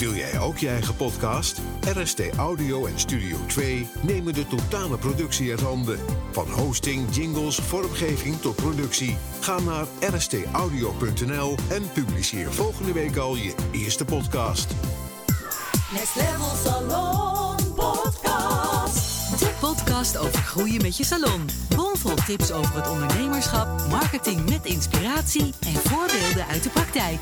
Wil jij ook je eigen podcast? RST Audio en Studio 2 nemen de totale productie uit handen. Van hosting, jingles, vormgeving tot productie. Ga naar rstaudio.nl en publiceer volgende week al je eerste podcast. Next Level Salon Podcast. De podcast over groeien met je salon. Bomvol tips over het ondernemerschap, marketing met inspiratie en voorbeelden uit de praktijk.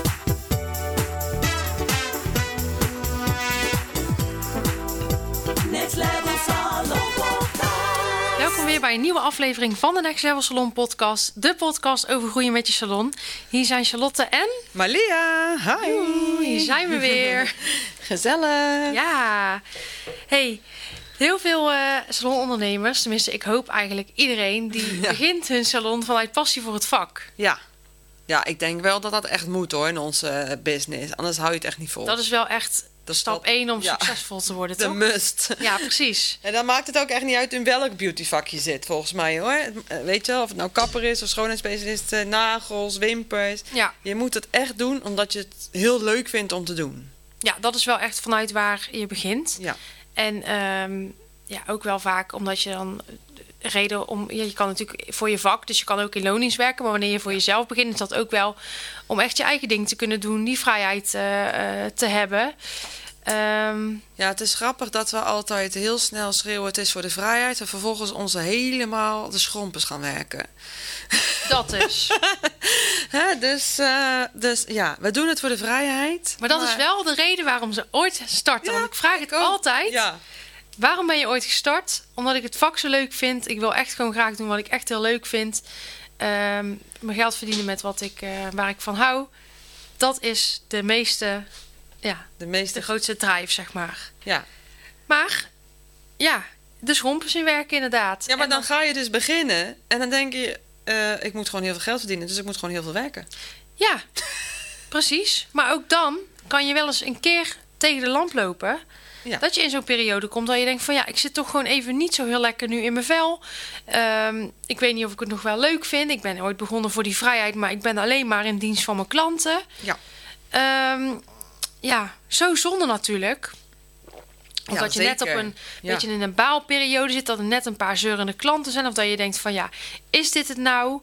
Next Level Salon Podcast. Welkom weer bij een nieuwe aflevering van de Next Level Salon Podcast. De podcast over groeien met je salon. Hier zijn Charlotte en... Malia, hi. Hier zijn we weer. Gezellig. Ja. Hey, heel veel salonondernemers, tenminste ik hoop eigenlijk iedereen... die begint hun salon vanuit passie voor het vak. Ja, ik denk wel dat dat echt moet hoor in onze business. Anders hou je het echt niet vol. Dat is wel echt stap 1 om succesvol te worden, de toch? must. Ja, precies. En dan maakt het ook echt niet uit in welk beautyvak je zit, volgens mij hoor. Weet je wel, of het nou kapper is of schoonheidsspecialist, nagels, wimpers. Ja. Je moet het echt doen omdat je het heel leuk vindt om te doen. Ja, dat is wel echt vanuit waar je begint. Ja. En ook wel vaak omdat je dan reden om... Ja, je kan natuurlijk voor je vak, dus je kan ook in loondienst werken. Maar wanneer je voor jezelf begint, is dat ook wel om echt je eigen ding te kunnen doen. Die vrijheid te hebben. Ja, het is grappig dat we altijd heel snel schreeuwen het is voor de vrijheid. En vervolgens ons helemaal de schrompers gaan werken. Dat is. Dus ja, we doen het voor de vrijheid. Maar dat is wel de reden waarom ze ooit starten. Ja, Want ik vraag het ook. altijd. Ja. Waarom ben je ooit gestart? Omdat ik het vak zo leuk vind. Ik wil echt gewoon graag doen wat ik echt heel leuk vind. Mijn geld verdienen met waar ik van hou. Dat is de grootste drive, zeg maar. Ja. Maar, ja, de schrompers in werken inderdaad. Ja, maar En dan ga je dus beginnen. En dan denk je, ik moet gewoon heel veel geld verdienen. Dus ik moet gewoon heel veel werken. Ja, precies. Maar ook dan kan je wel eens een keer tegen de lamp lopen. Ja. Dat je in zo'n periode komt dat je denkt van... ja, ik zit toch gewoon even niet zo heel lekker nu in mijn vel. Ik weet niet of ik het nog wel leuk vind. Ik ben ooit begonnen voor die vrijheid... maar ik ben alleen maar in dienst van mijn klanten. Ja. Zo zonde natuurlijk. Of dat je net op een beetje in een baalperiode zit... dat er net een paar zeurende klanten zijn... of dat je denkt van ja, is dit het nou?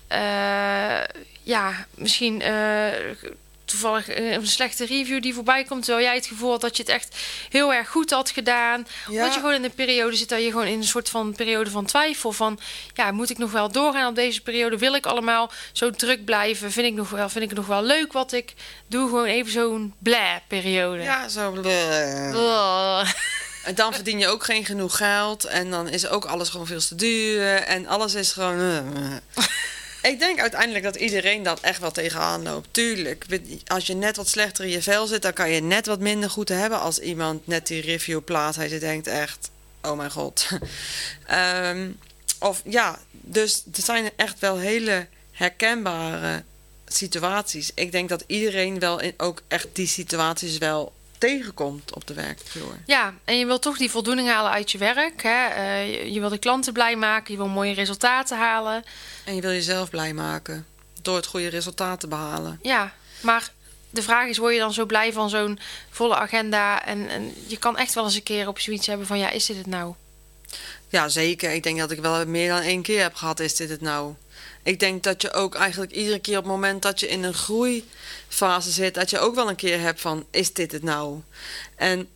Misschien... toevallig een slechte review die voorbij komt... terwijl jij het gevoel had dat je het echt heel erg goed had gedaan. Ja. Omdat je gewoon in een periode zit... dat je gewoon in een soort van periode van twijfel... van ja, moet ik nog wel doorgaan op deze periode? Wil ik allemaal zo druk blijven? Vind ik het nog wel leuk wat ik doe? Gewoon even zo'n bleh-periode. Ja, zo. Oh. En dan verdien je ook geen genoeg geld. En dan is ook alles gewoon veel te duur. En alles is gewoon... Ik denk uiteindelijk dat iedereen dat echt wel tegenaan loopt. Tuurlijk, als je net wat slechter in je vel zit... dan kan je net wat minder goed hebben als iemand net die review plaatst. Hij denkt echt, oh mijn god. Dus er zijn echt wel hele herkenbare situaties. Ik denk dat iedereen wel ook echt die situaties wel tegenkomt op de werkvloer. Ja, en je wilt toch die voldoening halen uit je werk. Hè? Je wil de klanten blij maken. Je wil mooie resultaten halen. En je wil jezelf blij maken door het goede resultaat te behalen. Ja, maar de vraag is, word je dan zo blij van zo'n volle agenda? En je kan echt wel eens een keer op zoiets hebben van... ja, is dit het nou? Ja, zeker. Ik denk dat ik wel meer dan 1 keer heb gehad, is dit het nou? Ik denk dat je ook eigenlijk iedere keer op het moment dat je in een groeifase zit... dat je ook wel een keer hebt van, is dit het nou? En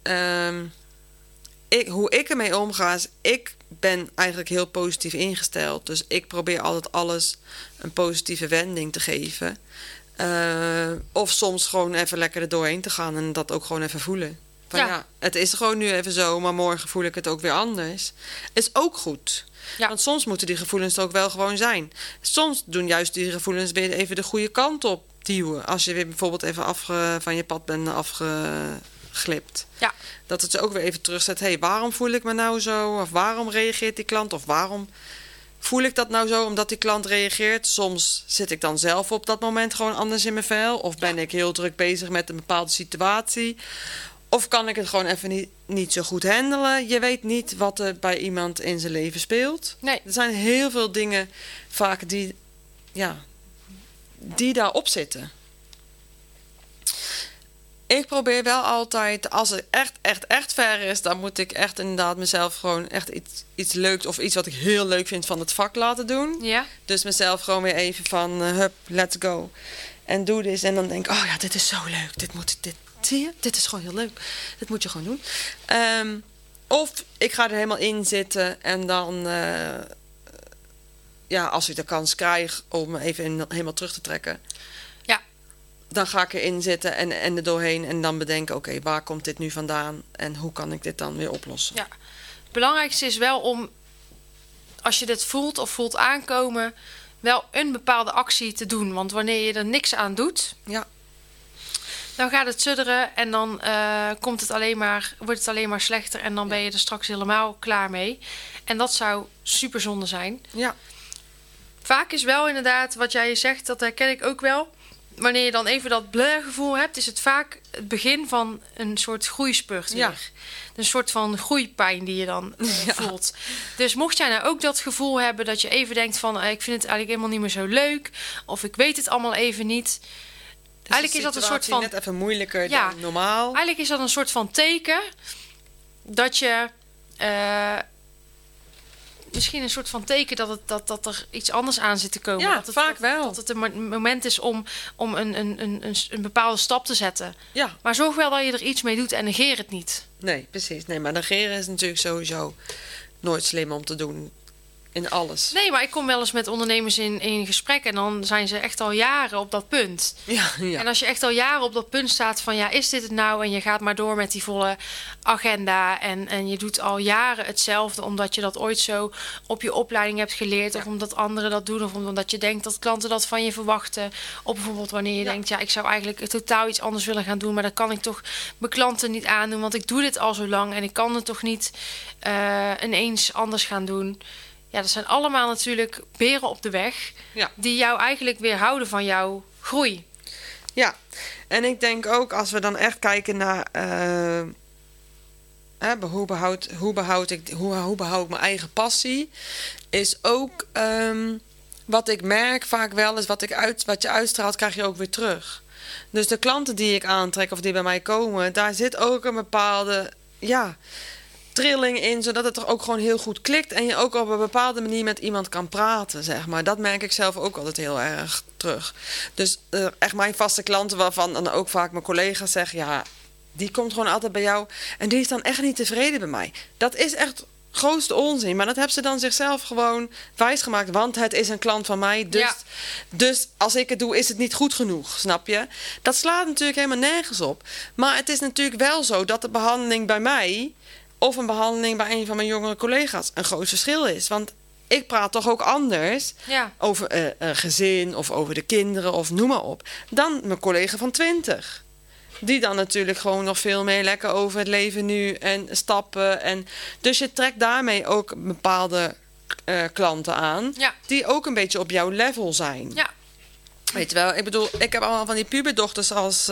hoe ik ermee omga is, ik ben eigenlijk heel positief ingesteld. Dus ik probeer altijd alles een positieve wending te geven. Of soms gewoon even lekker er doorheen te gaan en dat ook gewoon even voelen. Van ja, het is gewoon nu even zo, maar morgen voel ik het ook weer anders. Is ook goed. Ja. Want soms moeten die gevoelens er ook wel gewoon zijn. Soms doen juist die gevoelens weer even de goede kant op duwen. Als je weer bijvoorbeeld even van je pad bent afgeglipt. Ja. Dat het ze ook weer even terugzet. Hé, waarom voel ik me nou zo? Of waarom reageert die klant? Of waarom voel ik dat nou zo omdat die klant reageert? Soms zit ik dan zelf op dat moment gewoon anders in mijn vel. Of ben ik heel druk bezig met een bepaalde situatie. Of kan ik het gewoon even niet zo goed handelen? Je weet niet wat er bij iemand in zijn leven speelt. Nee. Er zijn heel veel dingen vaak die daarop zitten. ik probeer wel altijd, als het echt ver is, dan moet ik echt inderdaad mezelf gewoon echt iets leuks of iets wat ik heel leuk vind van het vak laten doen. Ja. Dus mezelf gewoon weer even van, hup, let's go. En doe dit. En dan denk ik, oh ja, dit is zo leuk. Zie je? Dit is gewoon heel leuk. Dit moet je gewoon doen. Of ik ga er helemaal in zitten en dan, als ik de kans krijg om me even helemaal terug te trekken. Ja. Dan ga ik erin zitten en er doorheen en dan bedenken, oké, waar komt dit nu vandaan? En hoe kan ik dit dan weer oplossen? Ja. Het belangrijkste is wel om, als je dit voelt of voelt aankomen, wel een bepaalde actie te doen. Want wanneer je er niks aan doet, Ja. dan gaat het sudderen en dan wordt het alleen maar slechter. En dan ben je er straks helemaal klaar mee. En dat zou super zonde zijn. Ja. Vaak is wel inderdaad, wat jij zegt, dat herken ik ook wel. Wanneer je dan even dat blur-gevoel hebt, is het vaak het begin van een soort groeispurt weer. Ja. Een soort van groeipijn die je dan voelt. Dus mocht jij nou ook dat gevoel hebben dat je even denkt van, ik vind het eigenlijk helemaal niet meer zo leuk. Of ik weet het allemaal even niet. Dus Eigenlijk is dat een soort van, net even moeilijker Ja. dan normaal. eigenlijk is dat een soort van teken dat je misschien een soort van teken dat er iets anders aan zit te komen. Ja, dat het, vaak wel. Dat het een moment is om een bepaalde stap te zetten. Ja. Maar zorg wel dat je er iets mee doet en negeer het niet. Nee, precies. Nee, maar negeren is natuurlijk sowieso nooit slim om te doen in alles. Nee, maar ik kom wel eens met ondernemers in gesprek en dan zijn ze echt al jaren op dat punt. Ja, ja. En als je echt al jaren op dat punt staat van, ja, is dit het nou? En je gaat maar door met die volle agenda en je doet al jaren hetzelfde omdat je dat ooit zo op je opleiding hebt geleerd. Of omdat anderen dat doen of omdat je denkt dat klanten dat van je verwachten. Of bijvoorbeeld wanneer je denkt, ja, ik zou eigenlijk totaal iets anders willen gaan doen, maar dat kan ik toch mijn klanten niet aandoen, want ik doe dit al zo lang en ik kan het toch niet ineens anders gaan doen. Ja, dat zijn allemaal natuurlijk beren op de weg Ja. die jou eigenlijk weerhouden van jouw groei. Ja, en ik denk ook als we dan echt kijken naar hoe behoud ik mijn eigen passie, is ook wat ik merk vaak wel is wat je uitstraalt krijg je ook weer terug. Dus de klanten die ik aantrek of die bij mij komen, daar zit ook een bepaalde trilling in, zodat het er ook gewoon heel goed klikt en je ook op een bepaalde manier met iemand kan praten, zeg maar. Dat merk ik zelf ook altijd heel erg terug. Dus echt mijn vaste klanten, waarvan dan ook vaak mijn collega's zeggen, ja, die komt gewoon altijd bij jou en die is dan echt niet tevreden bij mij. Dat is echt grootste onzin, maar dat hebben ze dan zichzelf gewoon wijsgemaakt, want het is een klant van mij, dus als ik het doe, is het niet goed genoeg, snap je? Dat slaat natuurlijk helemaal nergens op. Maar het is natuurlijk wel zo dat de behandeling bij mij of een behandeling bij een van mijn jongere collega's een groot verschil is. Want ik praat toch ook anders over een gezin of over de kinderen of noem maar op, dan mijn collega van 20. Die dan natuurlijk gewoon nog veel meer lekker over het leven nu en stappen. Dus je trekt daarmee ook bepaalde klanten aan die ook een beetje op jouw level zijn. Ja. Weet je wel, ik bedoel, ik heb allemaal van die puberdochters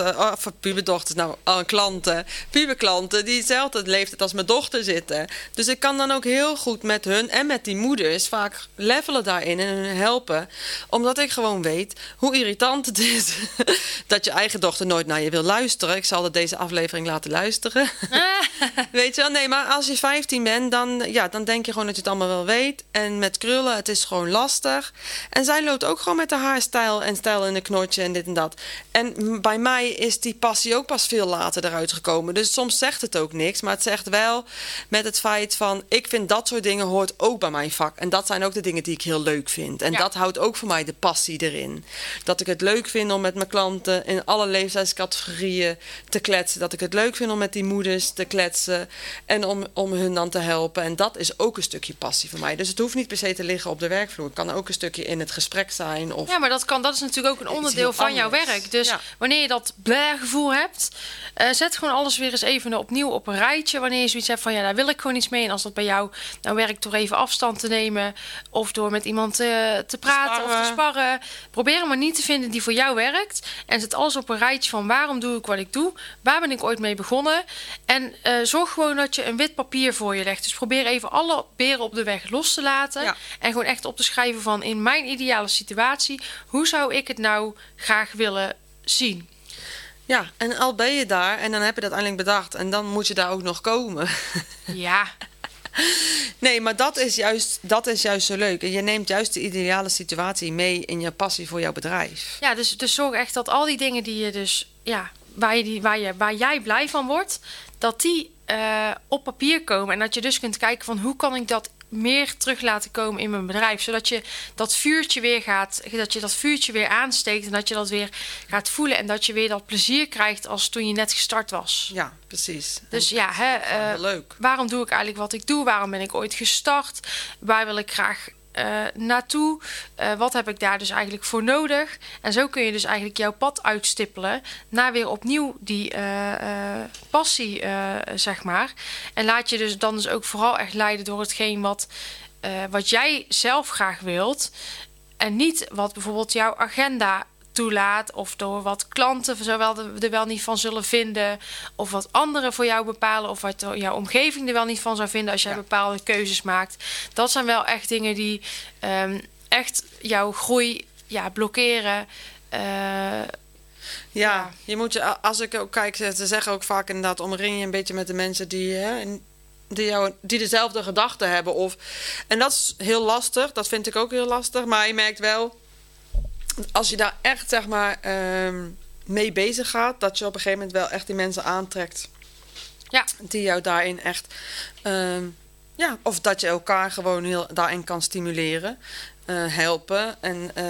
puberklanten die dezelfde leeftijd als mijn dochter zitten. Dus ik kan dan ook heel goed met hun en met die moeders vaak levelen daarin en hun helpen. Omdat ik gewoon weet hoe irritant het is dat je eigen dochter nooit naar je wil luisteren. Ik zal deze aflevering laten luisteren. Weet je wel, nee, maar als je 15 bent, dan denk je gewoon dat je het allemaal wel weet. En met krullen, het is gewoon lastig. En zij loopt ook gewoon met de haarstijl en stijl in een knotje en dit en dat. En bij mij is die passie ook pas veel later eruit gekomen. Dus soms zegt het ook niks, maar het zegt wel met het feit van, ik vind dat soort dingen hoort ook bij mijn vak. En dat zijn ook de dingen die ik heel leuk vind. En dat houdt ook voor mij de passie erin. Dat ik het leuk vind om met mijn klanten in alle leeftijdscategorieën te kletsen. Dat ik het leuk vind om met die moeders te kletsen en om hun dan te helpen. En dat is ook een stukje passie voor mij. Dus het hoeft niet per se te liggen op de werkvloer. Het kan ook een stukje in het gesprek zijn. Of Ja, maar dat is natuurlijk ook een onderdeel van jouw werk. Dus wanneer je dat gevoel hebt, zet gewoon alles weer eens even opnieuw op een rijtje. Wanneer je zoiets hebt van, ja, daar wil ik gewoon iets mee. En als dat bij jou nou werkt door even afstand te nemen of door met iemand te praten of te sparren. Probeer hem maar niet te vinden die voor jou werkt. En zet alles op een rijtje van, waarom doe ik wat ik doe? Waar ben ik ooit mee begonnen? En zorg gewoon dat je een wit papier voor je legt. Dus probeer even alle beren op de weg los te laten. Ja. En gewoon echt op te schrijven van, in mijn ideale situatie, hoe zou ik het nou graag willen zien? Ja, en al ben je daar en dan heb je dat eindelijk bedacht. En dan moet je daar ook nog komen. Ja, Nee, maar dat is juist zo leuk. En je neemt juist de ideale situatie mee in je passie voor jouw bedrijf. ja, dus zorg echt dat al die dingen die je dus, ja, waar jij blij van wordt, dat die op papier komen. En dat je dus kunt kijken van hoe kan ik dat meer terug laten komen in mijn bedrijf. Zodat je dat vuurtje weer aansteekt en dat je dat weer gaat voelen. En dat je weer dat plezier krijgt als toen je net gestart was. Ja, precies. Dus ja, Heel leuk. waarom doe ik eigenlijk wat ik doe? Waarom ben ik ooit gestart? Waar wil ik graag naartoe? Wat heb ik daar dus eigenlijk voor nodig? En zo kun je dus eigenlijk jouw pad uitstippelen naar weer opnieuw die passie, zeg maar. En laat je dus dan dus ook vooral echt leiden door hetgeen wat jij zelf graag wilt. En niet wat bijvoorbeeld jouw agenda toelaat, of door wat klanten er wel niet van zullen vinden, of wat anderen voor jou bepalen, of wat jouw omgeving er wel niet van zou vinden als jij bepaalde keuzes maakt. Dat zijn wel echt dingen die echt jouw groei blokkeren. Ja, je moet als ik ook kijk, ze zeggen ook vaak inderdaad, omring je een beetje met de mensen die dezelfde gedachten hebben. En dat is heel lastig, dat vind ik ook heel lastig, maar je merkt wel, als je daar echt, zeg maar, mee bezig gaat, dat je op een gegeven moment wel echt die mensen aantrekt. Ja. Die jou daarin echt, of dat je elkaar gewoon heel daarin kan stimuleren, helpen.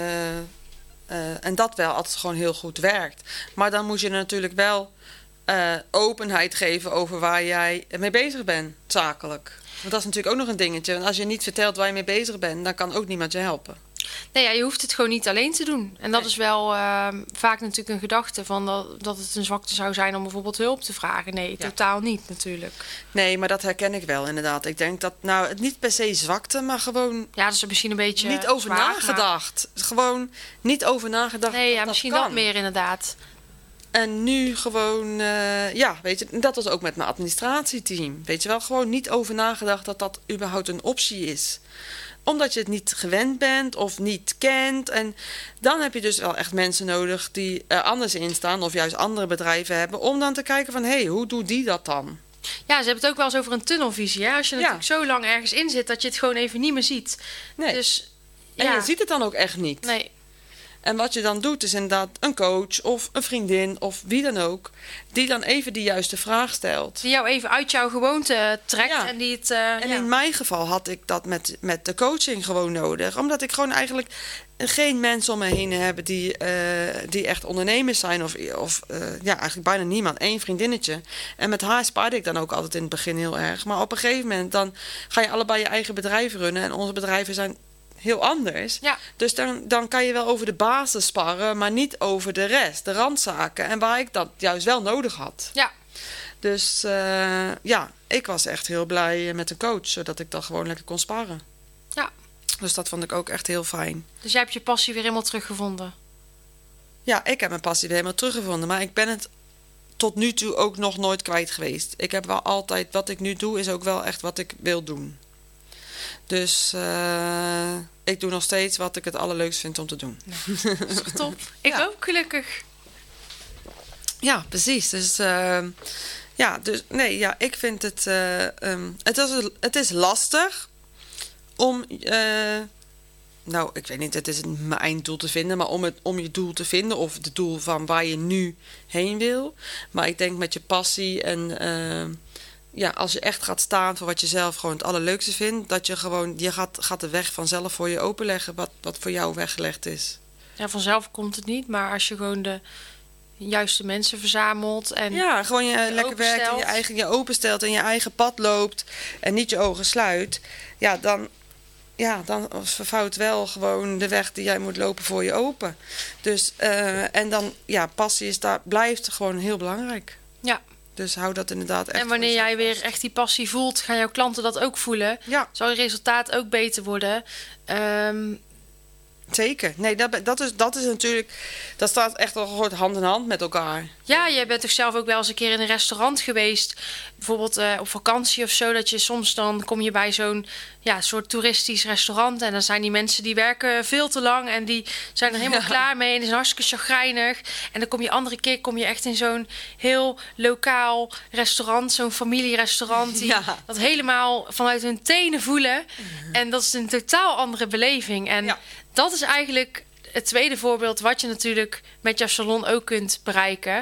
En dat wel altijd gewoon heel goed werkt. Maar dan moet je natuurlijk wel openheid geven over waar jij mee bezig bent, zakelijk. Want dat is natuurlijk ook nog een dingetje. Want als je niet vertelt waar je mee bezig bent, dan kan ook niemand je helpen. Nee, ja, je hoeft het gewoon niet alleen te doen. En dat is wel vaak natuurlijk een gedachte van dat het een zwakte zou zijn om bijvoorbeeld hulp te vragen. Nee, totaal niet natuurlijk. Nee, maar dat herken ik wel inderdaad. Ik denk dat, het niet per se zwakte, maar gewoon... Ja, dat is misschien een beetje niet over zwaar, nagedacht. Maar... Gewoon niet over nagedacht. Nee, ja, dat misschien kan. dat meer inderdaad. En nu gewoon, weet je, dat was ook met mijn administratieteam. Weet je wel, gewoon niet over nagedacht dat dat überhaupt een optie is. Omdat je het niet gewend bent of niet kent. En dan heb je dus wel echt mensen nodig die er anders in staan, of juist andere bedrijven hebben, om dan te kijken van, hé, hoe doet die dat dan? Ja, ze hebben het ook wel eens over een tunnelvisie. Hè? Als je natuurlijk zo lang ergens in zit dat je het gewoon even niet meer ziet. Nee. Dus, en je ziet het dan ook echt niet. Nee. En wat je dan doet is inderdaad een coach of een vriendin of wie dan ook, die dan even die juiste vraag stelt. Die jou even uit jouw gewoonte trekt. Ja. En die het, En in mijn geval had ik dat met de coaching gewoon nodig. Omdat ik gewoon eigenlijk geen mensen om me heen heb die echt ondernemers zijn. Of eigenlijk bijna niemand. 1 vriendinnetje. En met haar spaarde ik dan ook altijd in het begin heel erg. Maar op een gegeven moment dan ga je allebei je eigen bedrijf runnen. En onze bedrijven zijn heel anders. Ja. Dus dan kan je wel over de basis sparren, maar niet over de rest, de randzaken. En waar ik dat juist wel nodig had. Ja. Dus ik was echt heel blij met een coach, zodat ik dan gewoon lekker kon sparren. Ja. Dus dat vond ik ook echt heel fijn. Dus jij hebt je passie weer helemaal teruggevonden? Ja, ik heb mijn passie weer helemaal teruggevonden. Maar ik ben het tot nu toe ook nog nooit kwijt geweest. Ik heb wel altijd, wat ik nu doe, is ook wel echt wat ik wil doen. Dus ik doe nog steeds wat ik het allerleukst vind om te doen. Nou, dat is toch top? Ik ook, gelukkig. Ja, precies. Dus ik vind het... het is lastig om... ik weet niet, het is mijn einddoel te vinden, maar om je doel te vinden, of het doel van waar je nu heen wil. Maar ik denk met je passie en als je echt gaat staan voor wat je zelf gewoon het allerleukste vindt, dat je gewoon, je gaat de weg vanzelf voor je openleggen wat voor jou weggelegd is. Ja, vanzelf komt het niet, maar als je gewoon de juiste mensen verzamelt en gewoon je lekker werkt en je openstelt en je eigen pad loopt en niet je ogen sluit, dan vervouwt wel gewoon de weg die jij moet lopen voor je open. Dus, en dan, passie blijft gewoon heel belangrijk. Ja. Dus hou dat inderdaad echt. En wanneer jij weer echt die passie voelt, gaan jouw klanten dat ook voelen. Ja. Zal je resultaat ook beter worden. zeker. Nee, dat is natuurlijk... Dat staat echt al gewoon hand in hand met elkaar. Ja, jij bent toch zelf ook wel eens een keer in een restaurant geweest. Bijvoorbeeld op vakantie of zo. Dat je soms dan kom je bij zo'n soort toeristisch restaurant. En dan zijn die mensen die werken veel te lang. En die zijn er helemaal klaar mee. En die zijn hartstikke chagrijnig. En dan kom je andere keer echt in zo'n heel lokaal restaurant. Zo'n familierestaurant. Die dat helemaal vanuit hun tenen voelen. En dat is een totaal andere beleving. En dat is eigenlijk het tweede voorbeeld wat je natuurlijk met jouw salon ook kunt bereiken.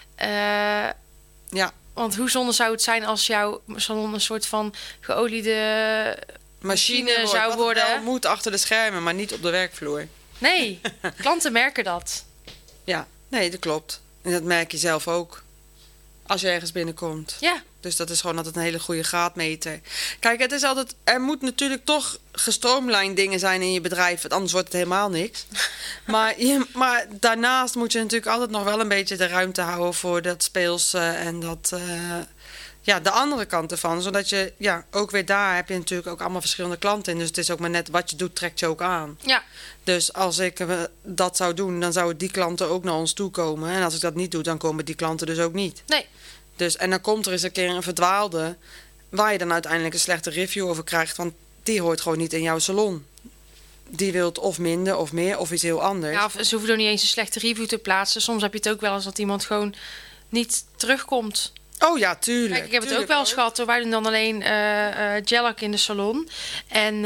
Ja. Want hoe zonde zou het zijn als jouw salon een soort van geoliede machine zou worden? Het moet achter de schermen, maar niet op de werkvloer. Nee, klanten merken dat. Ja, nee, dat klopt. En dat merk je zelf ook. Als je ergens binnenkomt. Ja. Dus dat is gewoon altijd een hele goede graadmeter. Kijk, het is altijd... Er moet natuurlijk toch gestroomlijnd dingen zijn in je bedrijf. Want anders wordt het helemaal niks. Maar daarnaast moet je natuurlijk altijd nog wel een beetje de ruimte houden voor dat speelse en dat... de andere kant ervan. Zodat je... ook weer daar heb je natuurlijk ook allemaal verschillende klanten in. Dus het is ook maar net wat je doet, trekt je ook aan. Ja. Dus als ik dat zou doen, dan zouden die klanten ook naar ons toe komen. En als ik dat niet doe, dan komen die klanten dus ook niet. Nee. Dus, en dan komt er eens een keer een verdwaalde... waar je dan uiteindelijk een slechte review over krijgt. Want die hoort gewoon niet in jouw salon. Die wilt of minder of meer of iets heel anders. Ja, of ze hoeven er niet eens een slechte review te plaatsen. Soms heb je het ook wel eens dat iemand gewoon niet terugkomt. Oh ja, tuurlijk. Kijk, ik heb het ook wel eens gehad. Wij doen dan alleen gel-lak in de salon. En...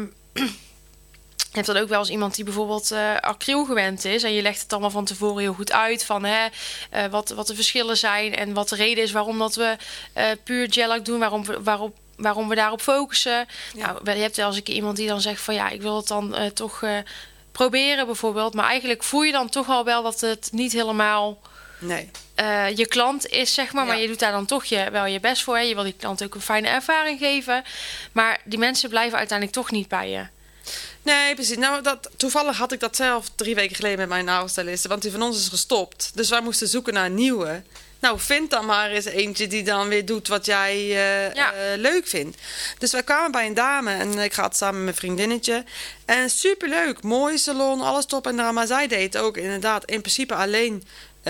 je hebt dan ook wel eens iemand die bijvoorbeeld acryl gewend is. En je legt het allemaal van tevoren heel goed uit. Van wat de verschillen zijn. En wat de reden is waarom dat we puur gel-lak doen. Waarom we daarop focussen. Ja. Nou, je hebt wel eens een keer iemand die dan zegt van... ik wil het dan toch proberen bijvoorbeeld. Maar eigenlijk voel je dan toch al wel dat het niet helemaal... Nee. Je klant is, zeg maar. Maar je doet daar dan toch wel je best voor. Hè? Je wil die klant ook een fijne ervaring geven. Maar die mensen blijven uiteindelijk toch niet bij je. Nee, precies. Nou, toevallig had ik dat zelf 3 weken geleden met mijn nagelstyliste. Want die van ons is gestopt. Dus wij moesten zoeken naar een nieuwe. Nou, vind dan maar eens eentje die dan weer doet wat jij leuk vindt. Dus wij kwamen bij een dame en ik ga het samen met mijn vriendinnetje. En superleuk, mooi salon, alles top en eraan. Maar zij deed ook inderdaad in principe alleen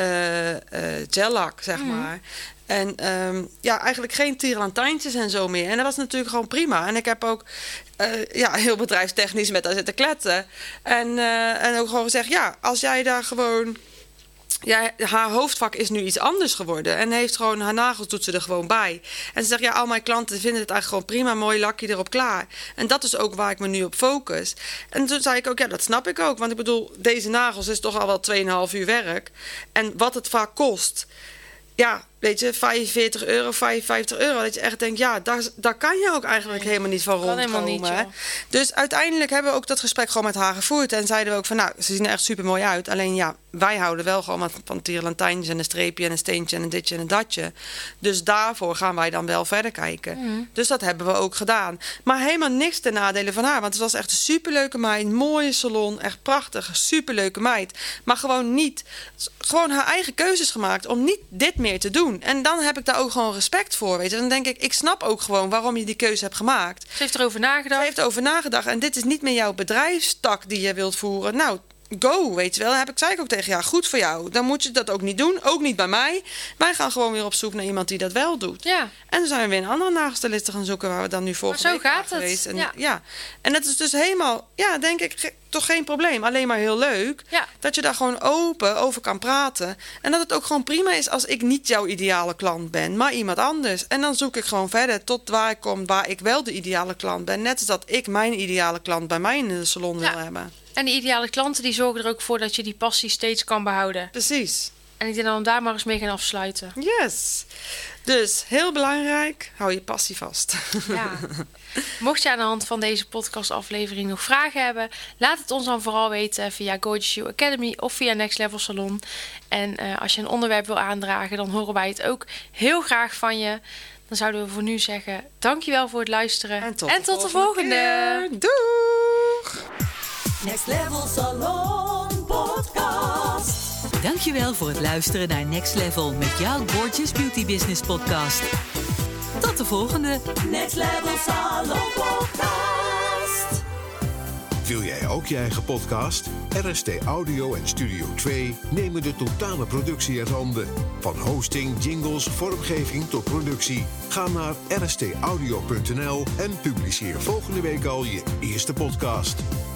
gel-lak, zeg maar. En eigenlijk geen tierlantijntjes en zo meer. En dat was natuurlijk gewoon prima. En ik heb ook heel bedrijfstechnisch met haar zitten kletsen. En ook gewoon gezegd, als jij daar gewoon... haar hoofdvak is nu iets anders geworden. En heeft gewoon haar nagels doet ze er gewoon bij. En ze zegt, al mijn klanten vinden het eigenlijk gewoon prima. Mooi lakje erop klaar. En dat is ook waar ik me nu op focus. En toen zei ik ook, dat snap ik ook. Want ik bedoel, deze nagels is toch al wel 2,5 uur werk. En wat het vaak kost... weet je, €45, €55. Dat je echt denkt, daar kan je ook eigenlijk helemaal niet van rondkomen. Niet, dus uiteindelijk hebben we ook dat gesprek gewoon met haar gevoerd. En zeiden we ook van, ze zien er echt super mooi uit. Alleen wij houden wel gewoon van tierlantijntjes en een streepje en een steentje en een ditje en een datje. Dus daarvoor gaan wij dan wel verder kijken. Dus dat hebben we ook gedaan. Maar helemaal niks ten nadele van haar. Want het was echt een superleuke meid, mooie salon, echt prachtig, superleuke meid. Maar gewoon haar eigen keuzes gemaakt om niet dit meer te doen. En dan heb ik daar ook gewoon respect voor, weet je. Dan denk ik snap ook gewoon waarom je die keuze hebt gemaakt. Ze heeft erover nagedacht. Ze heeft erover nagedacht. En dit is niet meer jouw bedrijfstak die je wilt voeren. Nou, go, weet je wel. Zei ik ook tegen goed voor jou. Dan moet je dat ook niet doen. Ook niet bij mij. Wij gaan gewoon weer op zoek naar iemand die dat wel doet. Ja. En dan zijn we weer een andere nagelstyliste gaan zoeken... waar we dan nu volgende week gaat geweest. Het. En, en dat is dus helemaal... denk ik, toch geen probleem. Alleen maar heel leuk. Ja. Dat je daar gewoon open over kan praten. En dat het ook gewoon prima is als ik niet jouw ideale klant ben... maar iemand anders. En dan zoek ik gewoon verder tot waar ik kom... waar ik wel de ideale klant ben. Net als dat ik mijn ideale klant bij mij in de salon wil hebben. En die ideale klanten die zorgen er ook voor dat je die passie steeds kan behouden. Precies. En ik denk dat we daar maar eens mee gaan afsluiten. Yes. Dus heel belangrijk, hou je passie vast. Ja. Mocht je aan de hand van deze podcastaflevering nog vragen hebben... laat het ons dan vooral weten via Gorgeous You Academy of via Next Level Salon. En als je een onderwerp wil aandragen, dan horen wij het ook heel graag van je. Dan zouden we voor nu zeggen, dankjewel voor het luisteren. En tot de volgende. Doeg! Next Level Salon Podcast. Dankjewel voor het luisteren naar Next Level met jouw Gorgeous Beauty Business Podcast. Tot de volgende. Next Level Salon Podcast. Wil jij ook je eigen podcast? RST Audio en Studio 2 nemen de totale productie uit handen. Van hosting, jingles, vormgeving tot productie. Ga naar rstaudio.nl en publiceer volgende week al je eerste podcast.